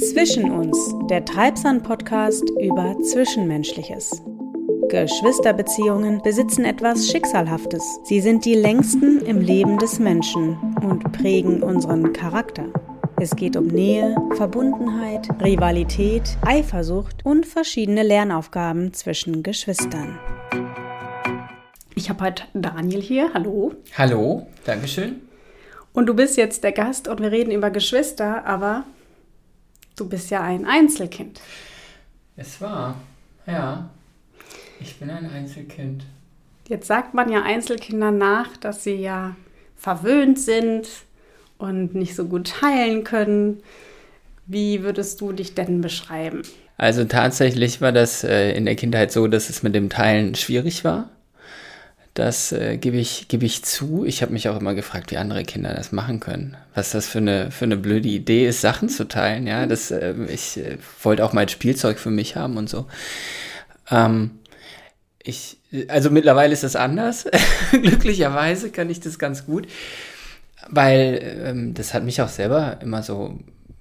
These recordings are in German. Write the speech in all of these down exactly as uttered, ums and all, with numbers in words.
Zwischen uns, der Treibsand-Podcast über Zwischenmenschliches. Geschwisterbeziehungen besitzen etwas Schicksalhaftes. Sie sind die längsten im Leben des Menschen und prägen unseren Charakter. Es geht um Nähe, Verbundenheit, Rivalität, Eifersucht und verschiedene Lernaufgaben zwischen Geschwistern. Ich habe heute Daniel hier. Hallo. Hallo, Dankeschön. Und du bist jetzt der Gast und wir reden über Geschwister, aber du bist ja ein Einzelkind. Es war, ja. Ich bin ein Einzelkind. Jetzt sagt man ja Einzelkindern nach, dass sie ja verwöhnt sind und nicht so gut teilen können. Wie würdest du dich denn beschreiben? Also tatsächlich war das äh, in der Kindheit so, dass es mit dem Teilen schwierig war. Das äh, gebe ich, gebe ich zu. Ich habe mich auch immer gefragt, wie andere Kinder das machen können. Was das für eine, für eine blöde Idee ist, Sachen zu teilen. Ja, das, äh, ich äh, wollte auch mal Spielzeug für mich haben und so. Ähm, ich, also mittlerweile ist das anders. Glücklicherweise kann ich das ganz gut. Weil ähm, das hat mich auch selber immer so,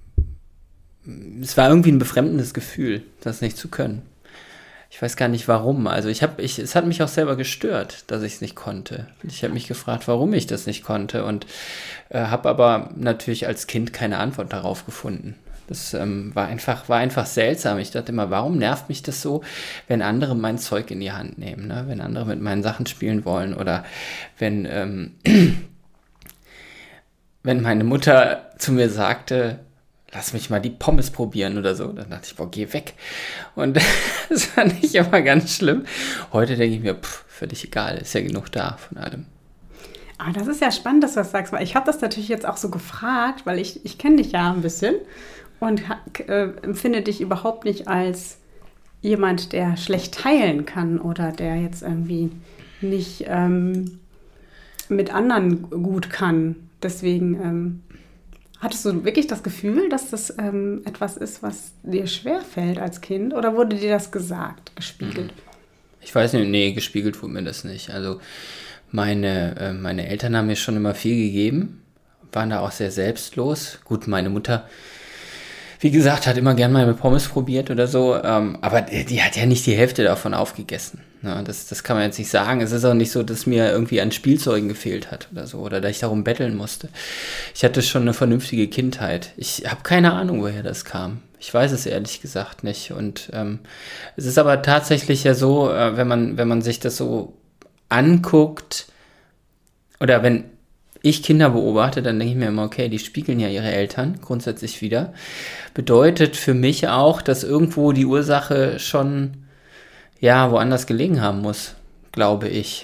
es war irgendwie ein befremdendes Gefühl, das nicht zu können. Ich weiß gar nicht warum. Also ich habe, ich, es hat mich auch selber gestört, dass ich es nicht konnte. Ich habe mich gefragt, warum ich das nicht konnte und äh, habe aber natürlich als Kind keine Antwort darauf gefunden. Das ähm, war einfach, war einfach seltsam. Ich dachte immer, warum nervt mich das so, wenn andere mein Zeug in die Hand nehmen, ne? Wenn andere mit meinen Sachen spielen wollen oder wenn ähm, wenn meine Mutter zu mir sagte, lass mich mal die Pommes probieren oder so, dann dachte ich, boah, geh weg. Und das fand ich immer ganz schlimm. Heute denke ich mir, pff, völlig egal, ist ja genug da von allem. Ah, das ist ja spannend, dass du das sagst, weil ich habe das natürlich jetzt auch so gefragt, weil ich, ich kenne dich ja ein bisschen und äh, empfinde dich überhaupt nicht als jemand, der schlecht teilen kann oder der jetzt irgendwie nicht ähm, mit anderen gut kann. Deswegen ähm, hattest du wirklich das Gefühl, dass das ähm, etwas ist, was dir schwerfällt als Kind? Oder wurde dir das gesagt, gespiegelt? Ich weiß nicht, nee, gespiegelt wurde mir das nicht. Also meine, äh, meine Eltern haben mir schon immer viel gegeben, waren da auch sehr selbstlos. Gut, meine Mutter, wie gesagt, hat immer gern mal mit Pommes probiert oder so, ähm, aber die, die hat ja nicht die Hälfte davon aufgegessen. Ja, das, das kann man jetzt nicht sagen. Es ist auch nicht so, dass mir irgendwie an Spielzeugen gefehlt hat oder so, oder dass ich darum betteln musste. Ich hatte schon eine vernünftige Kindheit. Ich habe keine Ahnung, woher das kam. Ich weiß es ehrlich gesagt nicht. Und ähm, es ist aber tatsächlich ja so, äh, wenn man, wenn man sich das so anguckt, oder wenn ich Kinder beobachte, dann denke ich mir immer, okay, die spiegeln ja ihre Eltern grundsätzlich wieder. Bedeutet für mich auch, dass irgendwo die Ursache schon ja woanders gelegen haben muss, glaube ich.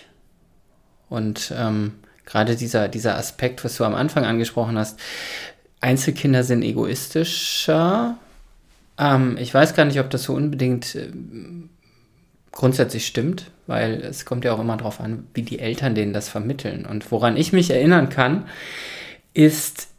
Und ähm, gerade dieser, dieser Aspekt, was du am Anfang angesprochen hast, Einzelkinder sind egoistischer. Ähm, ich weiß gar nicht, ob das so unbedingt äh, grundsätzlich stimmt, weil es kommt ja auch immer darauf an, wie die Eltern denen das vermitteln. Und woran ich mich erinnern kann, ist,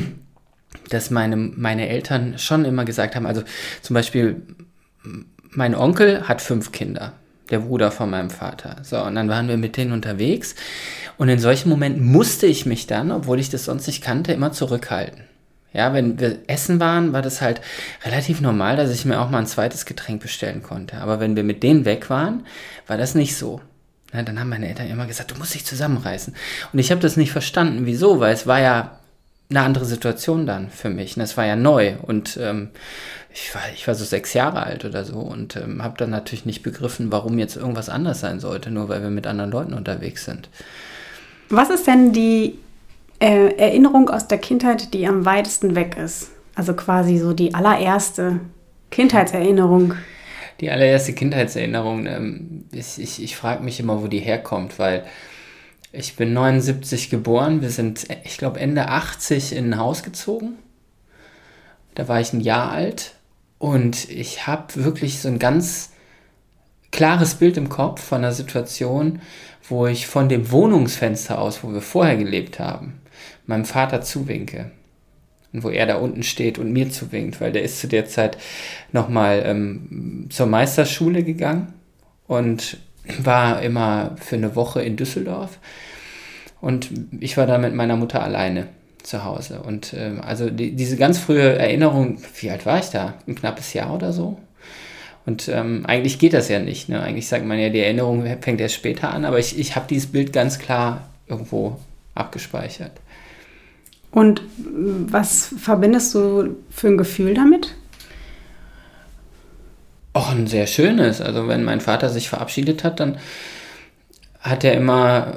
dass meine, meine Eltern schon immer gesagt haben, also zum Beispiel, mein Onkel hat fünf Kinder, der Bruder von meinem Vater. So, und dann waren wir mit denen unterwegs. Und in solchen Momenten musste ich mich dann, obwohl ich das sonst nicht kannte, immer zurückhalten. Ja, wenn wir essen waren, war das halt relativ normal, dass ich mir auch mal ein zweites Getränk bestellen konnte. Aber wenn wir mit denen weg waren, war das nicht so. Ja, dann haben meine Eltern immer gesagt, du musst dich zusammenreißen. Und ich habe das nicht verstanden. Wieso? Weil es war ja eine andere Situation dann für mich. Und es war ja neu. Und ähm, ich, war, ich war so sechs Jahre alt oder so und ähm, habe dann natürlich nicht begriffen, warum jetzt irgendwas anders sein sollte, nur weil wir mit anderen Leuten unterwegs sind. Was ist denn die äh, Erinnerung aus der Kindheit, die am weitesten weg ist? Also quasi so die allererste Kindheitserinnerung. Die allererste Kindheitserinnerung, ähm, ich, ich, ich frage mich immer, wo die herkommt, weil ich bin neunundsiebzig geboren, wir sind, ich glaube, Ende achtzig in ein Haus gezogen. Da war ich ein Jahr alt und ich habe wirklich so ein ganz klares Bild im Kopf von einer Situation, wo ich von dem Wohnungsfenster aus, wo wir vorher gelebt haben, meinem Vater zuwinke. Und wo er da unten steht und mir zuwinkt, weil der ist zu der Zeit nochmal ähm, zur Meisterschule gegangen und war immer für eine Woche in Düsseldorf. Und ich war da mit meiner Mutter alleine. zu Hause. Und ähm, also die, diese ganz frühe Erinnerung, wie alt war ich da? Ein knappes Jahr oder so? Und ähm, eigentlich geht das ja nicht. Ne? Eigentlich sagt man ja, die Erinnerung fängt erst später an, aber ich, ich habe dieses Bild ganz klar irgendwo abgespeichert. Und was verbindest du für ein Gefühl damit? Auch ein sehr schönes. Also wenn mein Vater sich verabschiedet hat, dann hat er immer,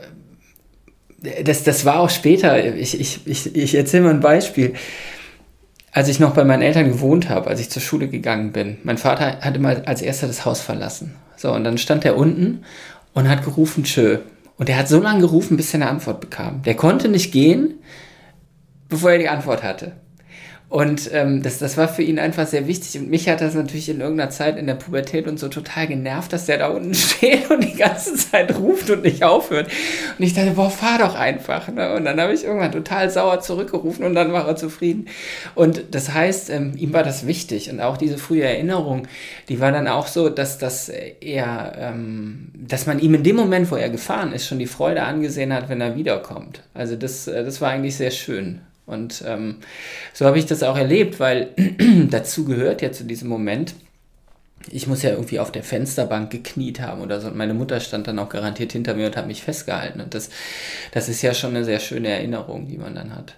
das, das war auch später, ich, ich, ich, ich erzähle mal ein Beispiel. Als ich noch bei meinen Eltern gewohnt habe, als ich zur Schule gegangen bin, mein Vater hat immer als erster das Haus verlassen. So, und dann stand er unten und hat gerufen, tschö. Und er hat so lange gerufen, bis er eine Antwort bekam. Der konnte nicht gehen, bevor er die Antwort hatte. Und ähm, das, das war für ihn einfach sehr wichtig. Und mich hat das natürlich in irgendeiner Zeit in der Pubertät und so total genervt, dass der da unten steht und die ganze Zeit ruft und nicht aufhört. Und ich dachte, boah, fahr doch einfach. Ne? Und dann habe ich irgendwann total sauer zurückgerufen und dann war er zufrieden. Und das heißt, ähm, ihm war das wichtig. Und auch diese frühe Erinnerung, die war dann auch so, dass, dass er, ähm, dass man ihm in dem Moment, wo er gefahren ist, schon die Freude angesehen hat, wenn er wiederkommt. Also das, das war eigentlich sehr schön. Und ähm, so habe ich das auch erlebt, weil dazu gehört ja zu diesem Moment, ich muss ja irgendwie auf der Fensterbank gekniet haben oder so und meine Mutter stand dann auch garantiert hinter mir und hat mich festgehalten und das, das ist ja schon eine sehr schöne Erinnerung, die man dann hat.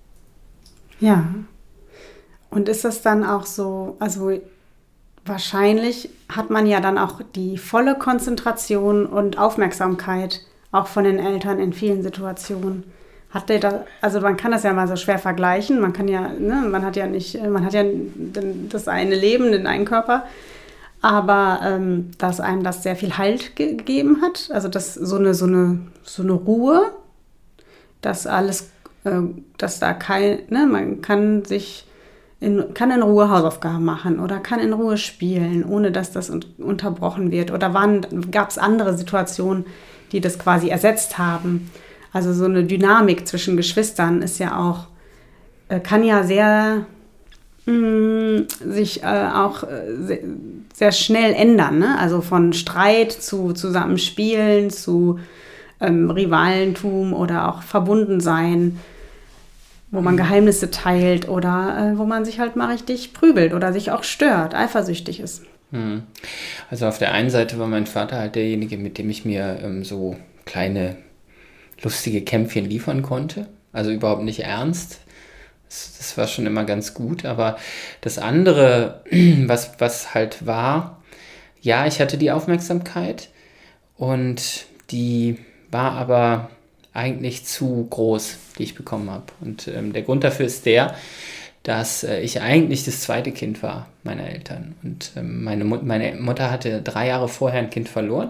Ja, und ist das dann auch so, also wahrscheinlich hat man ja dann auch die volle Konzentration und Aufmerksamkeit auch von den Eltern in vielen Situationen. Hat der da, also man kann das ja mal so schwer vergleichen, man kann ja, ne, man hat ja nicht, man hat ja das eine Leben, den einen Körper, aber ähm, dass einem das sehr viel Halt ge- gegeben hat, also dass so eine, so eine, so eine Ruhe, dass alles, äh, dass da kein, ne, man kann sich, in, kann in Ruhe Hausaufgaben machen oder kann in Ruhe spielen, ohne dass das un- unterbrochen wird oder gab es andere Situationen, die das quasi ersetzt haben. Also so eine Dynamik zwischen Geschwistern ist ja auch, äh, kann ja sehr mh, sich äh, auch äh, sehr, sehr schnell ändern. Ne? Also von Streit zu Zusammenspielen, zu ähm, Rivalentum oder auch Verbundensein, wo man Geheimnisse teilt oder äh, wo man sich halt mal richtig prügelt oder sich auch stört, eifersüchtig ist. Also auf der einen Seite war mein Vater halt derjenige, mit dem ich mir ähm, so kleine lustige Kämpfchen liefern konnte, also überhaupt nicht ernst. Das, das war schon immer ganz gut, aber das andere, was, was halt war, ja, ich hatte die Aufmerksamkeit und die war aber eigentlich zu groß, die ich bekommen habe. Und ähm, der Grund dafür ist der, dass äh, ich eigentlich das zweite Kind war meiner Eltern. Und ähm, meine, Mut- meine Mutter hatte drei Jahre vorher ein Kind verloren.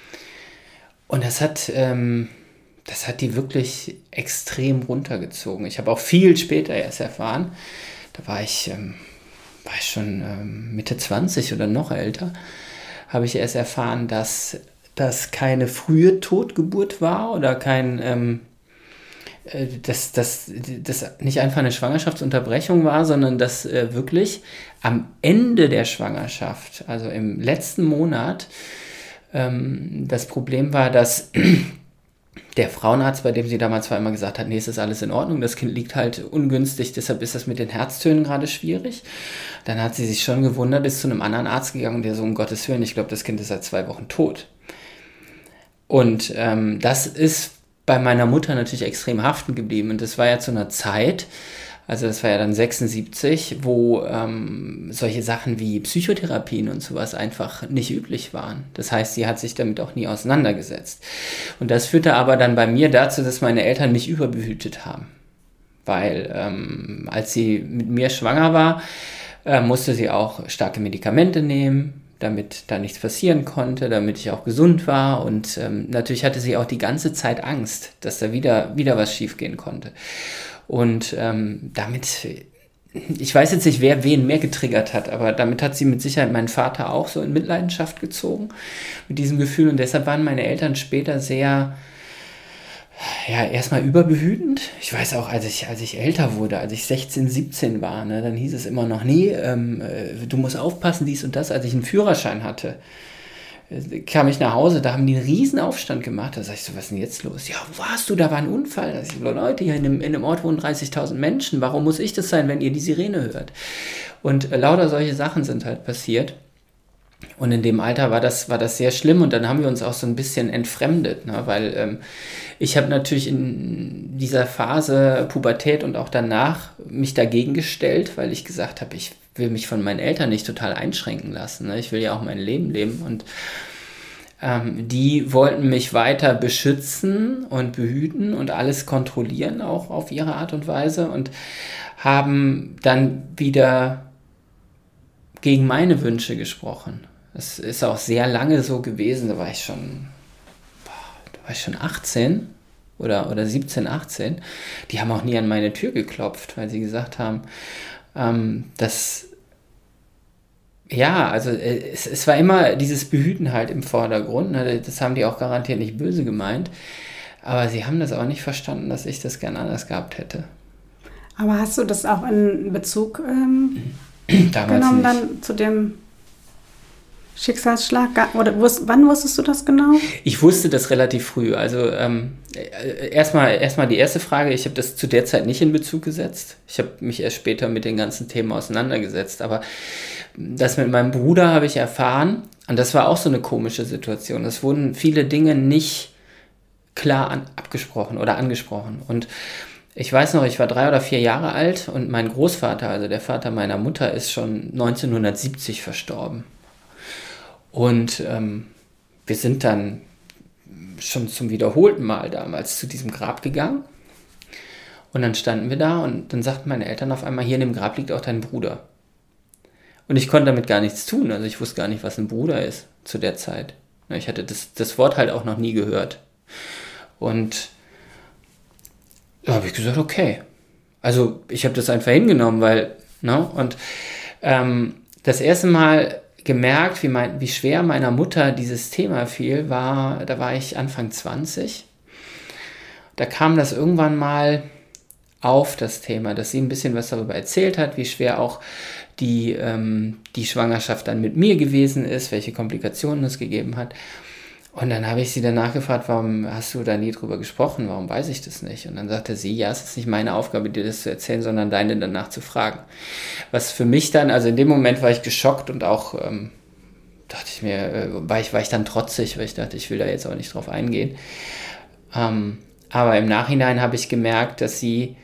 Und das hat... Ähm, Das hat die wirklich extrem runtergezogen. Ich habe auch viel später erst erfahren, da war ich, ähm, war ich schon ähm, Mitte zwanzig oder noch älter, habe ich erst erfahren, dass das keine frühe Totgeburt war oder kein, ähm, äh, dass das nicht einfach eine Schwangerschaftsunterbrechung war, sondern dass äh, wirklich am Ende der Schwangerschaft, also im letzten Monat, ähm, das Problem war, dass der Frauenarzt, bei dem sie damals war, immer gesagt hat, nee, es ist alles in Ordnung, das Kind liegt halt ungünstig, deshalb ist das mit den Herztönen gerade schwierig. Dann hat sie sich schon gewundert, ist zu einem anderen Arzt gegangen, der so, um Gottes Willen, ich glaube, das Kind ist seit zwei Wochen tot. Und ähm, das ist bei meiner Mutter natürlich extrem haften geblieben. Und das war ja zu einer Zeit, also das war ja dann sechsundsiebzig, wo ähm, solche Sachen wie Psychotherapien und sowas einfach nicht üblich waren. Das heißt, sie hat sich damit auch nie auseinandergesetzt. Und das führte aber dann bei mir dazu, dass meine Eltern mich überbehütet haben. Weil ähm, als sie mit mir schwanger war, äh, musste sie auch starke Medikamente nehmen, damit da nichts passieren konnte, damit ich auch gesund war. Und ähm, natürlich hatte sie auch die ganze Zeit Angst, dass da wieder, wieder was schiefgehen konnte. Und ähm, damit, ich weiß jetzt nicht, wer wen mehr getriggert hat, aber damit hat sie mit Sicherheit meinen Vater auch so in Mitleidenschaft gezogen, mit diesem Gefühl. Und deshalb waren meine Eltern später sehr, ja, erstmal überbehütend. Ich weiß auch, als ich, als ich älter wurde, als ich sechzehn, siebzehn war, ne, dann hieß es immer noch, nee, ähm, du musst aufpassen, dies und das. Als ich einen Führerschein hatte, kam ich nach Hause, da haben die einen riesen Aufstand gemacht. Da sag ich so, was ist denn jetzt los? Ja, wo warst du? Da war ein Unfall. Da sag ich so, Leute, hier in einem, in einem Ort wohnen dreißigtausend Menschen. Warum muss ich das sein, wenn ihr die Sirene hört? Und äh, lauter solche Sachen sind halt passiert. Und in dem Alter war das, war das sehr schlimm. Und dann haben wir uns auch so ein bisschen entfremdet, ne? Weil ähm, ich habe natürlich in dieser Phase Pubertät und auch danach mich dagegen gestellt, weil ich gesagt habe, ich will mich von meinen Eltern nicht total einschränken lassen. Ne? Ich will ja auch mein Leben leben. Und ähm, die wollten mich weiter beschützen und behüten und alles kontrollieren, auch auf ihre Art und Weise. Und haben dann wieder gegen meine Wünsche gesprochen. Das ist auch sehr lange so gewesen. Da war ich schon, boah, da war ich schon achtzehn oder, oder siebzehn, achtzehn. Die haben auch nie an meine Tür geklopft, weil sie gesagt haben, ähm, dass, ja, also äh, es, es war immer dieses Behüten halt im Vordergrund. Ne? Das haben die auch garantiert nicht böse gemeint. Aber sie haben das auch nicht verstanden, dass ich das gern anders gehabt hätte. Aber hast du das auch in Bezug ähm, Damals genommen nicht. dann zu dem Schicksalsschlag? Oder wus- wann wusstest du das genau? Ich wusste das relativ früh. Also ähm, äh, erstmal erstmal die erste Frage, ich habe das zu der Zeit nicht in Bezug gesetzt. Ich habe mich erst später mit den ganzen Themen auseinandergesetzt. Aber das mit meinem Bruder habe ich erfahren. Und das war auch so eine komische Situation. Es wurden viele Dinge nicht klar an, abgesprochen oder angesprochen. Und ich weiß noch, ich war drei oder vier Jahre alt und mein Großvater, also der Vater meiner Mutter, ist schon neunzehnhundertsiebzig verstorben. Und ähm, wir sind dann schon zum wiederholten Mal damals zu diesem Grab gegangen. Und dann standen wir da und dann sagten meine Eltern auf einmal, hier in dem Grab liegt auch dein Bruder. Und ich konnte damit gar nichts tun. Also ich wusste gar nicht, was ein Bruder ist zu der Zeit. Ich hatte das, das Wort halt auch noch nie gehört. Und da habe ich gesagt, okay. Also ich habe das einfach hingenommen, weil, ne? Und ähm, das erste Mal gemerkt, wie, mein, wie schwer meiner Mutter dieses Thema fiel, war, da war ich Anfang zwanzig. Da kam das irgendwann mal auf, das Thema, dass sie ein bisschen was darüber erzählt hat, wie schwer auch die, ähm, die Schwangerschaft dann mit mir gewesen ist, welche Komplikationen es gegeben hat. Und dann habe ich sie danach gefragt, warum hast du da nie drüber gesprochen, warum weiß ich das nicht? Und dann sagte sie, ja, es ist nicht meine Aufgabe, dir das zu erzählen, sondern deine danach zu fragen. Was für mich dann, also in dem Moment war ich geschockt und auch, ähm, dachte ich mir, äh, war, ich, war ich dann trotzig, weil ich dachte, ich will da jetzt auch nicht drauf eingehen. Ähm, aber im Nachhinein habe ich gemerkt, dass sie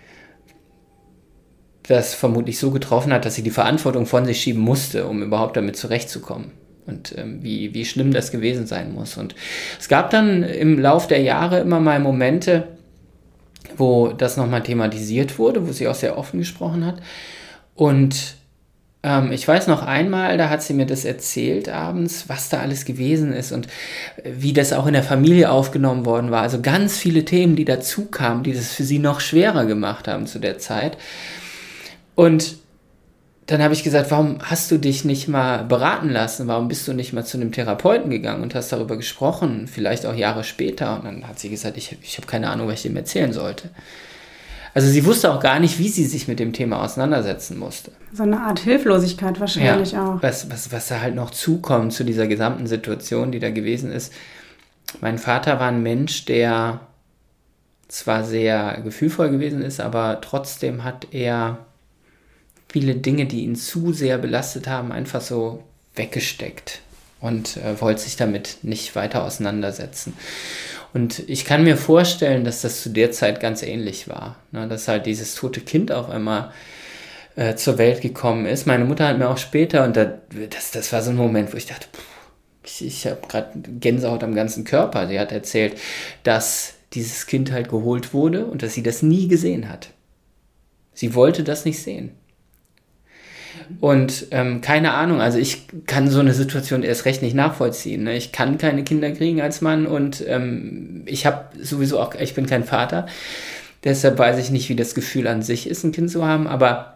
das vermutlich so getroffen hat, dass sie die Verantwortung von sich schieben musste, um überhaupt damit zurechtzukommen. Und ähm, wie, wie schlimm das gewesen sein muss. Und es gab dann im Lauf der Jahre immer mal Momente, wo das nochmal thematisiert wurde, wo sie auch sehr offen gesprochen hat. Und ähm, ich weiß noch einmal, da hat sie mir das erzählt abends, was da alles gewesen ist und wie das auch in der Familie aufgenommen worden war. Also ganz viele Themen, die dazu kamen, die das für sie noch schwerer gemacht haben zu der Zeit. Und dann habe ich gesagt, warum hast du dich nicht mal beraten lassen? Warum bist du nicht mal zu einem Therapeuten gegangen und hast darüber gesprochen? Vielleicht auch Jahre später. Und dann hat sie gesagt, ich, ich habe keine Ahnung, was ich dem erzählen sollte. Also sie wusste auch gar nicht, wie sie sich mit dem Thema auseinandersetzen musste. So eine Art Hilflosigkeit wahrscheinlich ja, auch. Was, was, was da halt noch zukommt zu dieser gesamten Situation, die da gewesen ist. Mein Vater war ein Mensch, der zwar sehr gefühlvoll gewesen ist, aber trotzdem hat er viele Dinge, die ihn zu sehr belastet haben, einfach so weggesteckt und äh, wollte sich damit nicht weiter auseinandersetzen. Und ich kann mir vorstellen, dass das zu der Zeit ganz ähnlich war, ne? Dass halt dieses tote Kind auf einmal äh, zur Welt gekommen ist. Meine Mutter hat mir auch später, und da, das, das war so ein Moment, wo ich dachte, pff, ich, ich habe gerade Gänsehaut am ganzen Körper. Sie hat erzählt, dass dieses Kind halt geholt wurde und dass sie das nie gesehen hat. Sie wollte das nicht sehen. Und ähm, keine Ahnung, also ich kann so eine Situation erst recht nicht nachvollziehen. Ne? Ich kann keine Kinder kriegen als Mann und ähm, ich habe sowieso auch, ich bin kein Vater. Deshalb weiß ich nicht, wie das Gefühl an sich ist, ein Kind zu haben, aber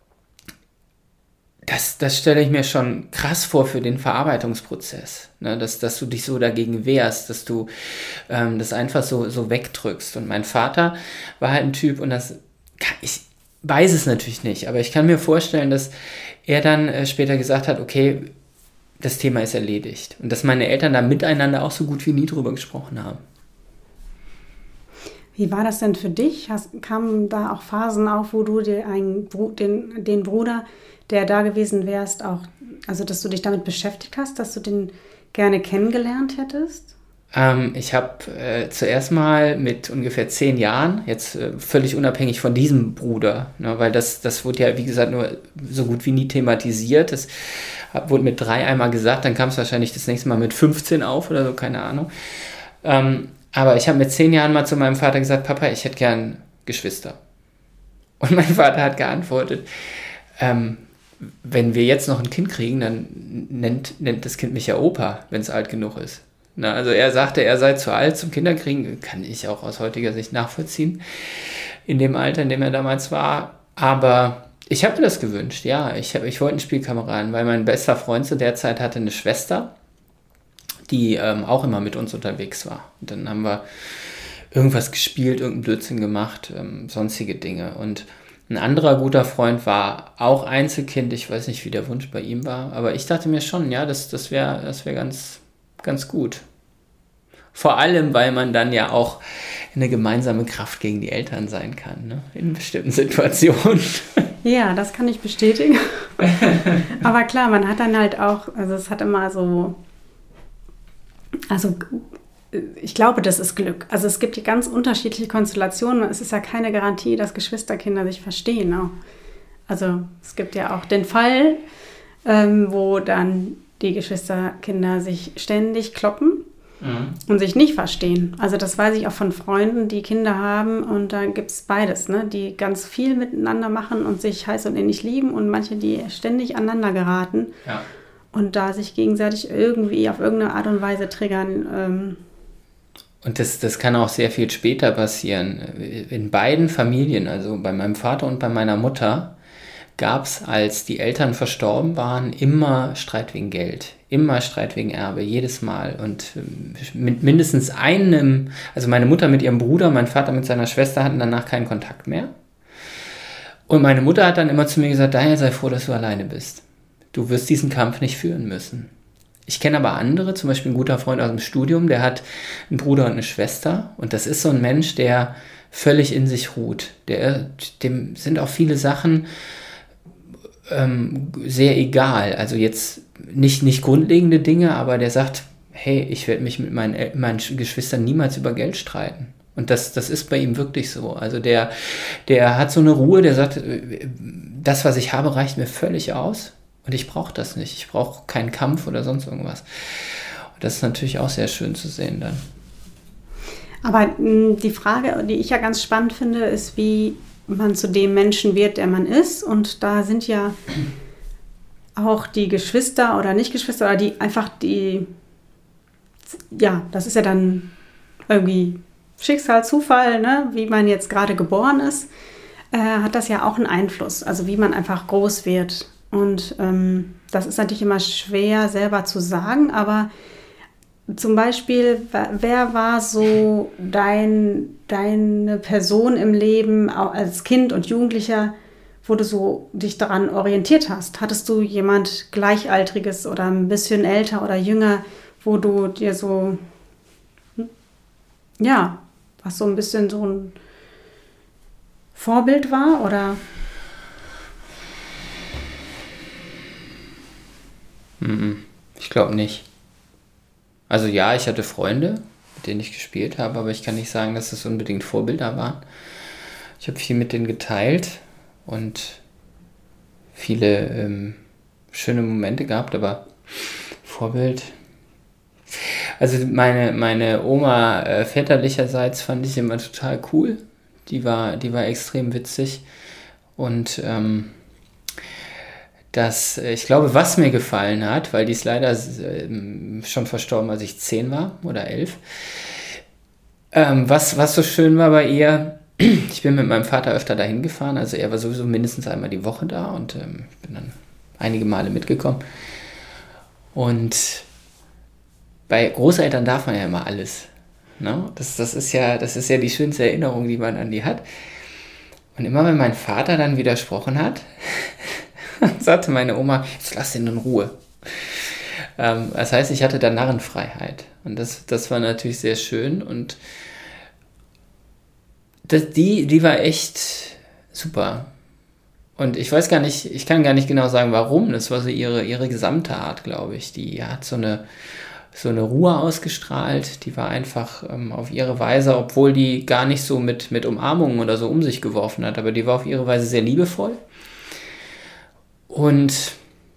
das, das stelle ich mir schon krass vor für den Verarbeitungsprozess. Ne? Dass, dass du dich so dagegen wehrst, dass du ähm, das einfach so, so wegdrückst. Und mein Vater war halt ein Typ und das kann ich weiß es natürlich nicht, aber ich kann mir vorstellen, dass er dann äh, später gesagt hat, okay, das Thema ist erledigt. Und dass meine Eltern da miteinander auch so gut wie nie drüber gesprochen haben. Wie war das denn für dich? Hast, kamen da auch Phasen auf, wo du dir einen, den, den Bruder, der da gewesen wärst, auch, also dass du dich damit beschäftigt hast, dass du den gerne kennengelernt hättest? Ähm, ich habe äh, zuerst mal mit ungefähr zehn Jahren, jetzt äh, völlig unabhängig von diesem Bruder, ne, weil das, das wurde ja, wie gesagt, nur so gut wie nie thematisiert. Das hab, wurde mit drei einmal gesagt, dann kam es wahrscheinlich das nächste Mal mit fünfzehn auf oder so, keine Ahnung. Ähm, aber ich habe mit zehn Jahren mal zu meinem Vater gesagt, Papa, ich hätte gern Geschwister. Und mein Vater hat geantwortet, ähm, wenn wir jetzt noch ein Kind kriegen, dann nennt, nennt das Kind mich ja Opa, wenn es alt genug ist. Na, also er sagte, er sei zu alt zum Kinderkriegen, kann ich auch aus heutiger Sicht nachvollziehen, in dem Alter, in dem er damals war. Aber ich habe mir das gewünscht, ja. Ich, hab, ich wollte einen Spielkameraden, weil mein bester Freund zu der Zeit hatte eine Schwester, die ähm, auch immer mit uns unterwegs war. Und dann haben wir irgendwas gespielt, irgendeinen Blödsinn gemacht, ähm, sonstige Dinge. Und ein anderer guter Freund war auch Einzelkind. Ich weiß nicht, wie der Wunsch bei ihm war, aber ich dachte mir schon, ja, das, das wäre das wär ganz, ganz gut. Vor allem, weil man dann ja auch eine gemeinsame Kraft gegen die Eltern sein kann, ne? In bestimmten Situationen. Ja, das kann ich bestätigen. Aber klar, man hat dann halt auch, also es hat immer so, also ich glaube, das ist Glück. Also es gibt die ganz unterschiedliche Konstellationen. Es ist ja keine Garantie, dass Geschwisterkinder sich verstehen. Auch. Also es gibt ja auch den Fall, ähm, wo dann die Geschwisterkinder sich ständig kloppen mhm. und sich nicht verstehen. Also das weiß ich auch von Freunden, die Kinder haben und da gibt es beides, ne? Die ganz viel miteinander machen und sich heiß und innig lieben und manche, die ständig aneinander geraten ja. und da sich gegenseitig irgendwie auf irgendeine Art und Weise triggern. Ähm, Und das, das kann auch sehr viel später passieren. In beiden Familien, also bei meinem Vater und bei meiner Mutter, gab es, als die Eltern verstorben waren, immer Streit wegen Geld. Immer Streit wegen Erbe, jedes Mal. Und mit mindestens einem, also meine Mutter mit ihrem Bruder, mein Vater mit seiner Schwester hatten danach keinen Kontakt mehr. Und meine Mutter hat dann immer zu mir gesagt, Daniel, sei froh, dass du alleine bist. Du wirst diesen Kampf nicht führen müssen. Ich kenne aber andere, zum Beispiel ein guter Freund aus dem Studium, der hat einen Bruder und eine Schwester und das ist so ein Mensch, der völlig in sich ruht. Der, dem sind auch viele Sachen ähm, sehr egal. Also jetzt nicht, nicht grundlegende Dinge, aber der sagt, hey, ich werde mich mit meinen, meinen Geschwistern niemals über Geld streiten. Und das, das ist bei ihm wirklich so. Also der, der hat so eine Ruhe, der sagt, das, was ich habe, reicht mir völlig aus. Und ich brauche das nicht. Ich brauche keinen Kampf oder sonst irgendwas. Und das ist natürlich auch sehr schön zu sehen dann. Aber mh, die Frage, die ich ja ganz spannend finde, ist, wie man zu dem Menschen wird, der man ist. Und da sind ja auch die Geschwister oder Nicht-Geschwister oder die einfach die, ja, das ist ja dann irgendwie Schicksal, Zufall, ne? Wie man jetzt gerade geboren ist, äh, hat das ja auch einen Einfluss. Also wie man einfach groß wird. Und ähm, das ist natürlich immer schwer selber zu sagen, aber zum Beispiel, wer war so dein, deine Person im Leben auch als Kind und Jugendlicher, wo du so dich daran orientiert hast? Hattest du jemand Gleichaltriges oder ein bisschen älter oder jünger, wo du dir so, ja, was so ein bisschen so ein Vorbild war oder... Ich glaube nicht. Also ja, ich hatte Freunde, mit denen ich gespielt habe, aber ich kann nicht sagen, dass das unbedingt Vorbilder waren. Ich habe viel mit denen geteilt und viele ähm, schöne Momente gehabt, aber Vorbild... Also meine, meine Oma äh, väterlicherseits fand ich immer total cool. Die war, die war extrem witzig und... Ähm, dass ich glaube, was mir gefallen hat, weil die ist leider äh, schon verstorben, als ich zehn war oder elf. Ähm, was, was so schön war bei ihr, ich bin mit meinem Vater öfter dahin gefahren, also er war sowieso mindestens einmal die Woche da und ähm, ich bin dann einige Male mitgekommen. Und bei Großeltern darf man ja immer alles. Ne? Das, das, ist ja, das ist ja die schönste Erinnerung, die man an die hat. Und immer wenn mein Vater dann widersprochen hat, sagte meine Oma, jetzt lass ihn in Ruhe. Ähm, das heißt, ich hatte da Narrenfreiheit. Und das, das war natürlich sehr schön. Und das, die, die war echt super. Und ich weiß gar nicht, ich kann gar nicht genau sagen, warum. Das war so ihre, ihre gesamte Art, glaube ich. Die hat so eine, so eine Ruhe ausgestrahlt. Die war einfach ähm, auf ihre Weise, obwohl die gar nicht so mit, mit Umarmungen oder so um sich geworfen hat. Aber die war auf ihre Weise sehr liebevoll. Und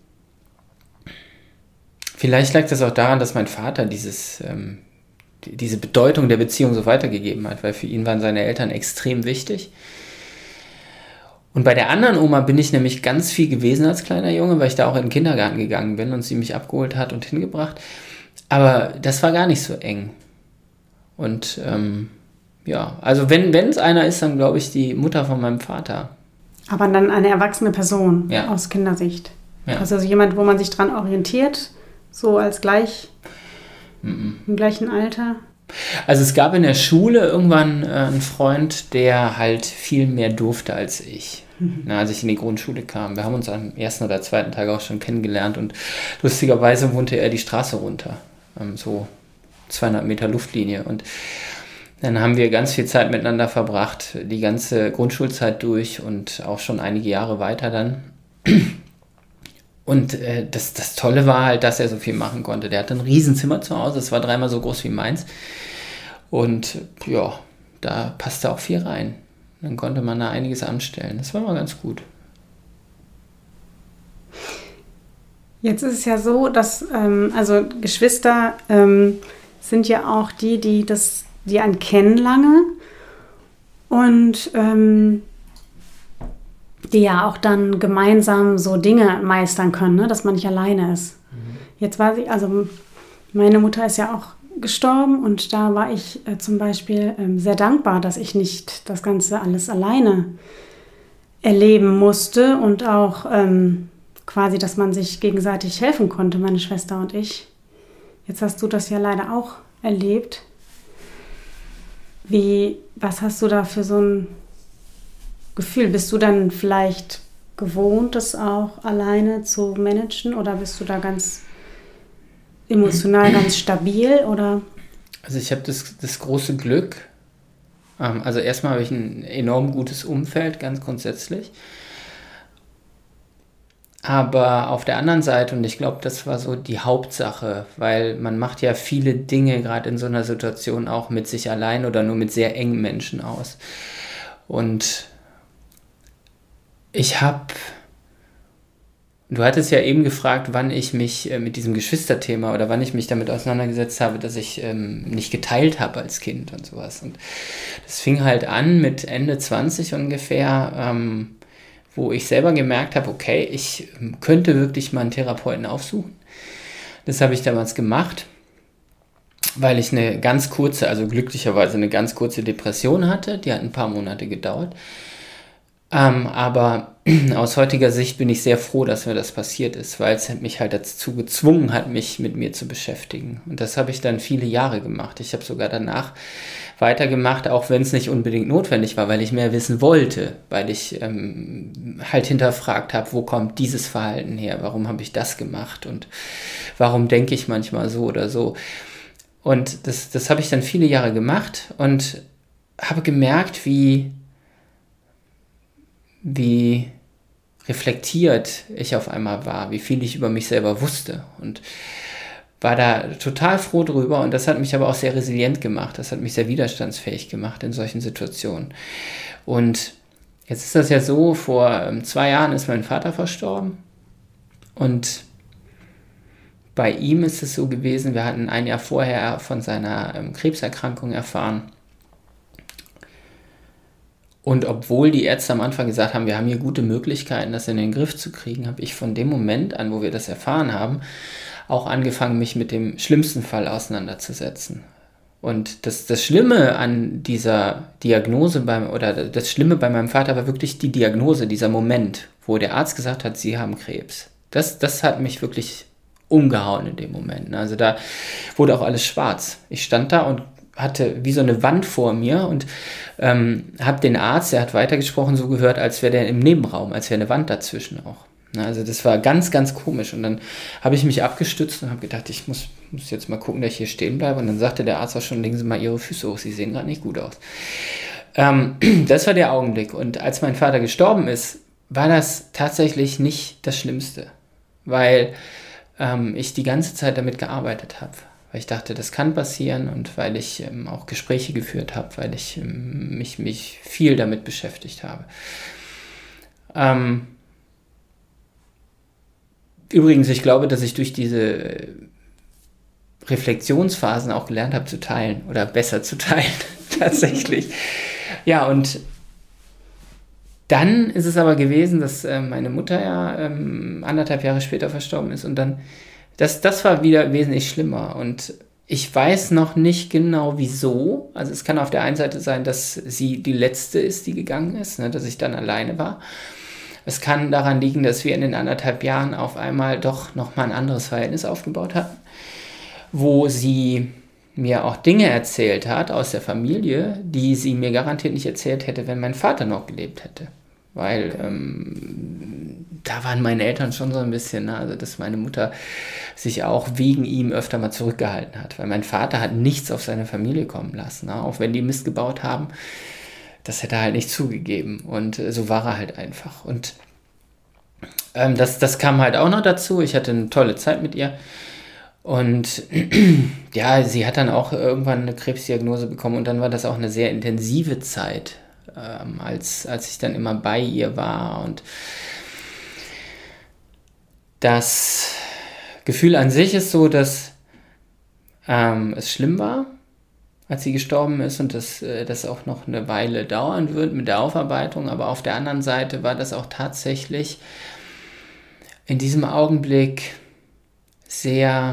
vielleicht lag das auch daran, dass mein Vater dieses, ähm, die, diese Bedeutung der Beziehung so weitergegeben hat, weil für ihn waren seine Eltern extrem wichtig. Und bei der anderen Oma bin ich nämlich ganz viel gewesen als kleiner Junge, weil ich da auch in den Kindergarten gegangen bin und sie mich abgeholt hat und hingebracht. Aber das war gar nicht so eng. Und ähm, ja, also wenn es einer ist, dann glaube ich die Mutter von meinem Vater. Aber dann eine erwachsene Person Ja. aus Kindersicht. Ja. Also jemand, wo man sich dran orientiert, so als gleich, Mhm. im gleichen Alter. Also es gab in der Schule irgendwann äh, einen Freund, der halt viel mehr durfte als ich, mhm. Na, als ich in die Grundschule kam. Wir haben uns am ersten oder zweiten Tag auch schon kennengelernt und lustigerweise wohnte er die Straße runter, ähm, so zweihundert Meter Luftlinie. Und dann haben wir ganz viel Zeit miteinander verbracht, die ganze Grundschulzeit durch und auch schon einige Jahre weiter dann. Und äh, das, das Tolle war halt, dass er so viel machen konnte. Der hatte ein Riesenzimmer zu Hause, das war dreimal so groß wie meins. Und ja, da passte auch viel rein. Dann konnte man da einiges anstellen. Das war mal ganz gut. Jetzt ist es ja so, dass ähm, also Geschwister ähm, sind ja auch die, die das, die einen kennen lange und ähm, die ja auch dann gemeinsam so Dinge meistern können, ne? Dass man nicht alleine ist. Mhm. Jetzt weiß ich, also meine Mutter ist ja auch gestorben und da war ich äh, zum Beispiel ähm, sehr dankbar, dass ich nicht das Ganze alles alleine erleben musste und auch ähm, quasi, dass man sich gegenseitig helfen konnte, meine Schwester und ich. Jetzt hast du das ja leider auch erlebt. Wie, was hast du da für so ein Gefühl? Bist du dann vielleicht gewohnt, das auch alleine zu managen oder bist du da ganz emotional ganz stabil? Oder? Also ich habe das, das große Glück, ähm, also erstmal habe ich ein enorm gutes Umfeld, ganz grundsätzlich. Aber auf der anderen Seite, und ich glaube, das war so die Hauptsache, weil man macht ja viele Dinge gerade in so einer Situation auch mit sich allein oder nur mit sehr engen Menschen aus. Und ich habe, du hattest ja eben gefragt, wann ich mich äh, mit diesem Geschwisterthema oder wann ich mich damit auseinandergesetzt habe, dass ich ähm, nicht geteilt habe als Kind und sowas. Und das fing halt an mit Ende zwanzig ungefähr, ähm, wo ich selber gemerkt habe, okay, ich könnte wirklich mal einen Therapeuten aufsuchen. Das habe ich damals gemacht, weil ich eine ganz kurze, also glücklicherweise eine ganz kurze Depression hatte. Die hat ein paar Monate gedauert. Ähm, aber aus heutiger Sicht bin ich sehr froh, dass mir das passiert ist, weil es mich halt dazu gezwungen hat, mich mit mir zu beschäftigen. Und das habe ich dann viele Jahre gemacht. Ich habe sogar danach weitergemacht, auch wenn es nicht unbedingt notwendig war, weil ich mehr wissen wollte, weil ich ähm, halt hinterfragt habe, wo kommt dieses Verhalten her, warum habe ich das gemacht und warum denke ich manchmal so oder so. Und das, das habe ich dann viele Jahre gemacht und habe gemerkt, wie wie reflektiert ich auf einmal war, wie viel ich über mich selber wusste und war da total froh drüber und das hat mich aber auch sehr resilient gemacht, das hat mich sehr widerstandsfähig gemacht in solchen Situationen. Und jetzt ist das ja so, vor zwei Jahren ist mein Vater verstorben und bei ihm ist es so gewesen, wir hatten ein Jahr vorher von seiner ähm, Krebserkrankung erfahren. Und obwohl die Ärzte am Anfang gesagt haben, wir haben hier gute Möglichkeiten, das in den Griff zu kriegen, habe ich von dem Moment an, wo wir das erfahren haben, auch angefangen, mich mit dem schlimmsten Fall auseinanderzusetzen. Und das, das Schlimme an dieser Diagnose beim, oder das Schlimme bei meinem Vater war wirklich die Diagnose, dieser Moment, wo der Arzt gesagt hat, Sie haben Krebs. Das, das hat mich wirklich umgehauen in dem Moment. Also da wurde auch alles schwarz. Ich stand da und hatte wie so eine Wand vor mir und ähm, habe den Arzt, der hat weitergesprochen, so gehört, als wäre der im Nebenraum, als wäre eine Wand dazwischen auch. Also das war ganz, ganz komisch. Und dann habe ich mich abgestützt und habe gedacht, ich muss, muss jetzt mal gucken, dass ich hier stehen bleibe. Und dann sagte der Arzt auch schon, legen Sie mal Ihre Füße hoch, Sie sehen gerade nicht gut aus. Ähm, das war der Augenblick. Und als mein Vater gestorben ist, war das tatsächlich nicht das Schlimmste. Weil ähm, ich die ganze Zeit damit gearbeitet habe. Weil ich dachte, das kann passieren und weil ich ähm, auch Gespräche geführt habe, weil ich ähm, mich, mich viel damit beschäftigt habe. Ähm, übrigens, ich glaube, dass ich durch diese Reflexionsphasen auch gelernt habe zu teilen oder besser zu teilen, tatsächlich. Ja, und dann ist es aber gewesen, dass äh, meine Mutter ja ähm, anderthalb Jahre später verstorben ist und dann, das, das war wieder wesentlich schlimmer und ich weiß noch nicht genau wieso, also es kann auf der einen Seite sein, dass sie die letzte ist, die gegangen ist, ne, dass ich dann alleine war. Es kann daran liegen, dass wir in den anderthalb Jahren auf einmal doch nochmal ein anderes Verhältnis aufgebaut hatten, wo sie mir auch Dinge erzählt hat aus der Familie, die sie mir garantiert nicht erzählt hätte, wenn mein Vater noch gelebt hätte. Weil ähm, da waren meine Eltern schon so ein bisschen, ne? Also dass meine Mutter sich auch wegen ihm öfter mal zurückgehalten hat. Weil mein Vater hat nichts auf seine Familie kommen lassen. Ne? Auch wenn die Mist gebaut haben, das hätte er halt nicht zugegeben. Und äh, so war er halt einfach. Und ähm, das, das kam halt auch noch dazu. Ich hatte eine tolle Zeit mit ihr. Und ja, sie hat dann auch irgendwann eine Krebsdiagnose bekommen und dann war das auch eine sehr intensive Zeit, ähm, als, als ich dann immer bei ihr war. Und das Gefühl an sich ist so, dass ähm, es schlimm war, als sie gestorben ist und dass äh, das auch noch eine Weile dauern wird mit der Aufarbeitung. Aber auf der anderen Seite war das auch tatsächlich in diesem Augenblick sehr...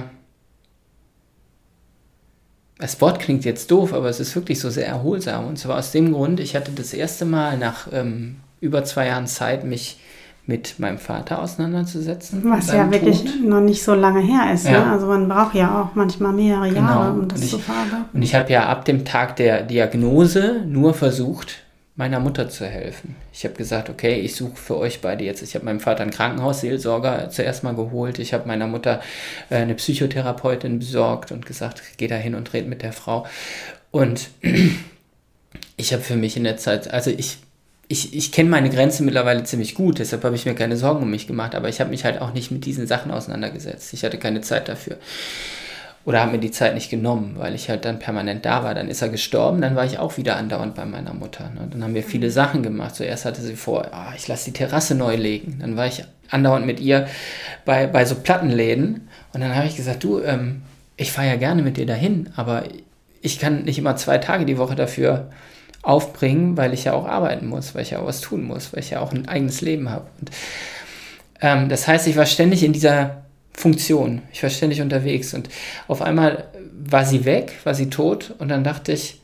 Das Wort klingt jetzt doof, aber es ist wirklich so sehr erholsam. Und zwar aus dem Grund, ich hatte das erste Mal nach ähm, über zwei Jahren Zeit, mich mit meinem Vater auseinanderzusetzen. Was ja wirklich Tod. noch nicht so lange her ist. Ja. Ne? Also man braucht ja auch manchmal mehrere genau. Jahre, um das ich, zu verarbeiten. Und ich habe ja ab dem Tag der Diagnose nur versucht, meiner Mutter zu helfen. Ich habe gesagt, okay, ich suche für euch beide jetzt. Ich habe meinem Vater einen Krankenhausseelsorger zuerst mal geholt. Ich habe meiner Mutter äh, eine Psychotherapeutin besorgt und gesagt, geh da hin und red mit der Frau. Und ich habe für mich in der Zeit, also ich, ich, ich kenne meine Grenze mittlerweile ziemlich gut, deshalb habe ich mir keine Sorgen um mich gemacht, aber ich habe mich halt auch nicht mit diesen Sachen auseinandergesetzt. Ich hatte keine Zeit dafür. Oder habe mir die Zeit nicht genommen, weil ich halt dann permanent da war. Dann ist er gestorben, dann war ich auch wieder andauernd bei meiner Mutter. Ne? Dann haben wir viele Sachen gemacht. Zuerst hatte sie vor, oh, ich lasse die Terrasse neu legen. Dann war ich andauernd mit ihr bei, bei so Plattenläden. Und dann habe ich gesagt, du, ähm, ich fahre ja gerne mit dir dahin, aber ich kann nicht immer zwei Tage die Woche dafür aufbringen, weil ich ja auch arbeiten muss, weil ich ja auch was tun muss, weil ich ja auch ein eigenes Leben habe. Und, ähm, das heißt, ich war ständig in dieser Funktion. Ich war ständig unterwegs und auf einmal war sie weg, war sie tot und dann dachte ich,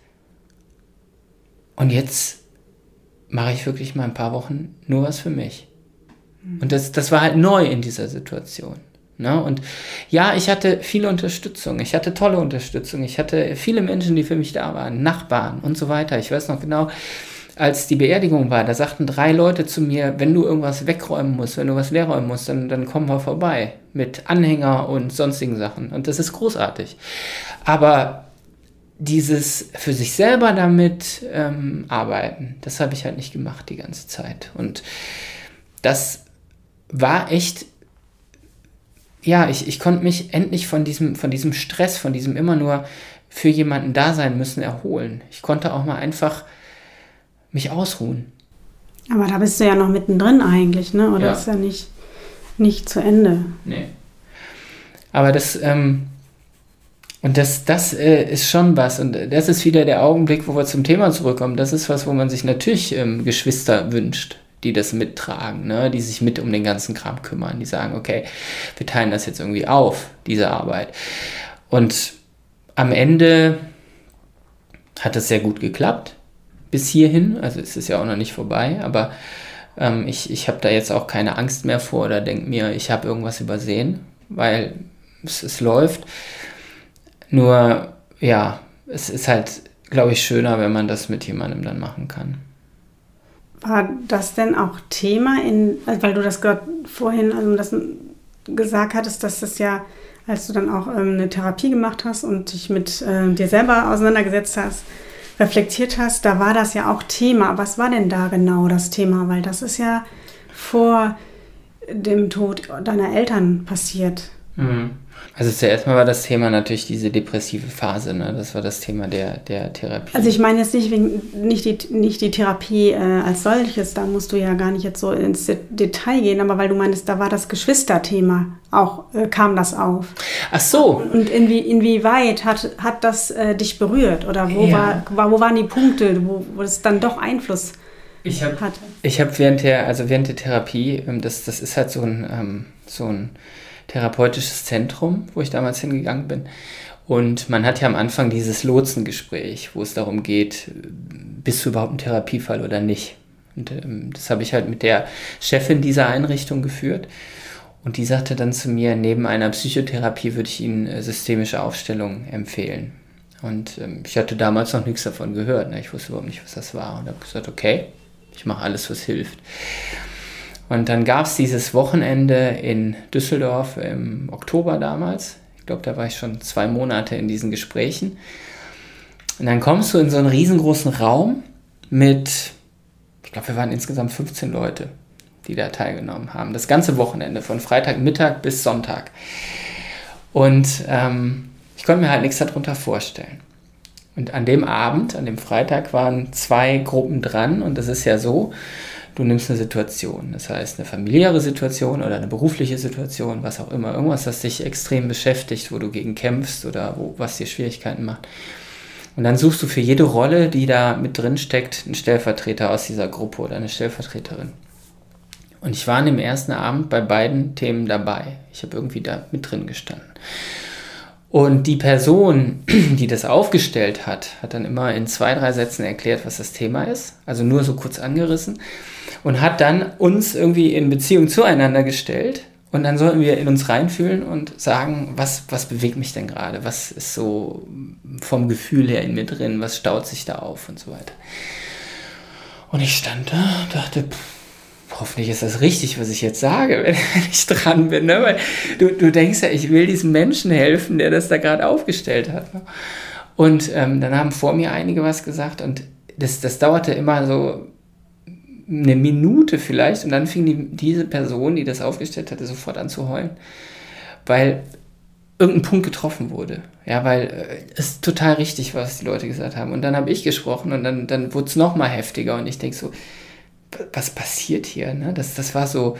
und jetzt mache ich wirklich mal ein paar Wochen nur was für mich. Und das, das war halt neu in dieser Situation. Ne? Und ja, ich hatte viele Unterstützung, ich hatte tolle Unterstützung, ich hatte viele Menschen, die für mich da waren, Nachbarn und so weiter. Ich weiß noch genau, als die Beerdigung war, da sagten drei Leute zu mir, wenn du irgendwas wegräumen musst, wenn du was leerräumen musst, dann, dann komm mal vorbei mit Anhänger und sonstigen Sachen. Und das ist großartig. Aber dieses für sich selber damit ähm, arbeiten, das habe ich halt nicht gemacht die ganze Zeit. Und das war echt, ja, ich, ich konnte mich endlich von diesem, von diesem Stress, von diesem immer nur für jemanden da sein müssen erholen. Ich konnte auch mal einfach mich ausruhen. Aber da bist du ja noch mittendrin eigentlich, ne? Oder ja. Ist ja nicht, nicht zu Ende. Nee. Aber das, ähm, und das, das äh, ist schon was. Und das ist wieder der Augenblick, wo wir zum Thema zurückkommen. Das ist was, wo man sich natürlich ähm, Geschwister wünscht, die das mittragen, ne? Die sich mit um den ganzen Kram kümmern. Die sagen, okay, wir teilen das jetzt irgendwie auf, diese Arbeit. Und am Ende hat es sehr gut geklappt. Bis hierhin, also es ist ja auch noch nicht vorbei, aber ähm, ich, ich habe da jetzt auch keine Angst mehr vor oder denke mir, ich habe irgendwas übersehen, weil es, es läuft. Nur, ja, es ist halt, glaube ich, schöner, wenn man das mit jemandem dann machen kann. War das denn auch Thema, in, also weil du das gerade vorhin also das gesagt hattest, dass das ja, als du dann auch ähm, eine Therapie gemacht hast und dich mit äh, dir selber auseinandergesetzt hast, reflektiert hast, da war das ja auch Thema. Was war denn da genau das Thema? Weil das ist ja vor dem Tod deiner Eltern passiert. Mhm. Also zuerst mal war das Thema natürlich diese depressive Phase, ne? Das war das Thema der, der Therapie. Also ich meine jetzt nicht, wegen, nicht, die, nicht die Therapie äh, als solches, da musst du ja gar nicht jetzt so ins Detail gehen, aber weil du meinst, da war das Geschwisterthema auch, äh, kam das auf. Ach so. Und inwie, inwieweit hat, hat das äh, dich berührt? Oder wo, Ja. war, wo waren die Punkte, wo, wo es dann doch Einfluss Ich habe hatte? ich hab während der, also während der Therapie, das, das ist halt so ein, ähm, so ein therapeutisches Zentrum, wo ich damals hingegangen bin. Und man hat ja am Anfang dieses Lotsengespräch, wo es darum geht, bist du überhaupt ein Therapiefall oder nicht? Und ähm, das habe ich halt mit der Chefin dieser Einrichtung geführt. Und die sagte dann zu mir, neben einer Psychotherapie würde ich Ihnen äh, systemische Aufstellung empfehlen. Und ähm, ich hatte damals noch nichts davon gehört. Ne? Ich wusste überhaupt nicht, was das war. Und habe gesagt, okay, ich mache alles, was hilft. Und dann gab es dieses Wochenende in Düsseldorf im Oktober damals. Ich glaube, da war ich schon zwei Monate in diesen Gesprächen. Und dann kommst du in so einen riesengroßen Raum mit, ich glaube, wir waren insgesamt fünfzehn Leute, die da teilgenommen haben. Das ganze Wochenende, von Freitagmittag bis Sonntag. Und ähm, ich konnte mir halt nichts darunter vorstellen. Und an dem Abend, an dem Freitag, waren zwei Gruppen dran. Und das ist ja so, du nimmst eine Situation, das heißt eine familiäre Situation oder eine berufliche Situation, was auch immer, irgendwas, das dich extrem beschäftigt, wo du gegen kämpfst oder wo, was dir Schwierigkeiten macht. Und dann suchst du für jede Rolle, die da mit drin steckt, einen Stellvertreter aus dieser Gruppe oder eine Stellvertreterin. Und ich war an dem ersten Abend bei beiden Themen dabei. Ich habe irgendwie da mit drin gestanden. Und die Person, die das aufgestellt hat, hat dann immer in zwei, drei Sätzen erklärt, was das Thema ist. Also nur so kurz angerissen. Und hat dann uns irgendwie in Beziehung zueinander gestellt. Und dann sollten wir in uns reinfühlen und sagen, was, was bewegt mich denn gerade? Was ist so vom Gefühl her in mir drin? Was staut sich da auf und so weiter? Und ich stand da und dachte, pff, hoffentlich ist das richtig, was ich jetzt sage, wenn ich dran bin. Ne? Weil du, du denkst ja, ich will diesem Menschen helfen, der das da gerade aufgestellt hat. Ne? Und ähm, dann haben vor mir einige was gesagt und das, das dauerte immer so eine Minute vielleicht und dann fing die, diese Person, die das aufgestellt hatte, sofort an zu heulen, weil irgendein Punkt getroffen wurde. Ja, weil äh, es total richtig war, was die Leute gesagt haben. Und dann habe ich gesprochen und dann, dann wurde es nochmal heftiger und ich denke so, was passiert hier? Ne? Das, das war so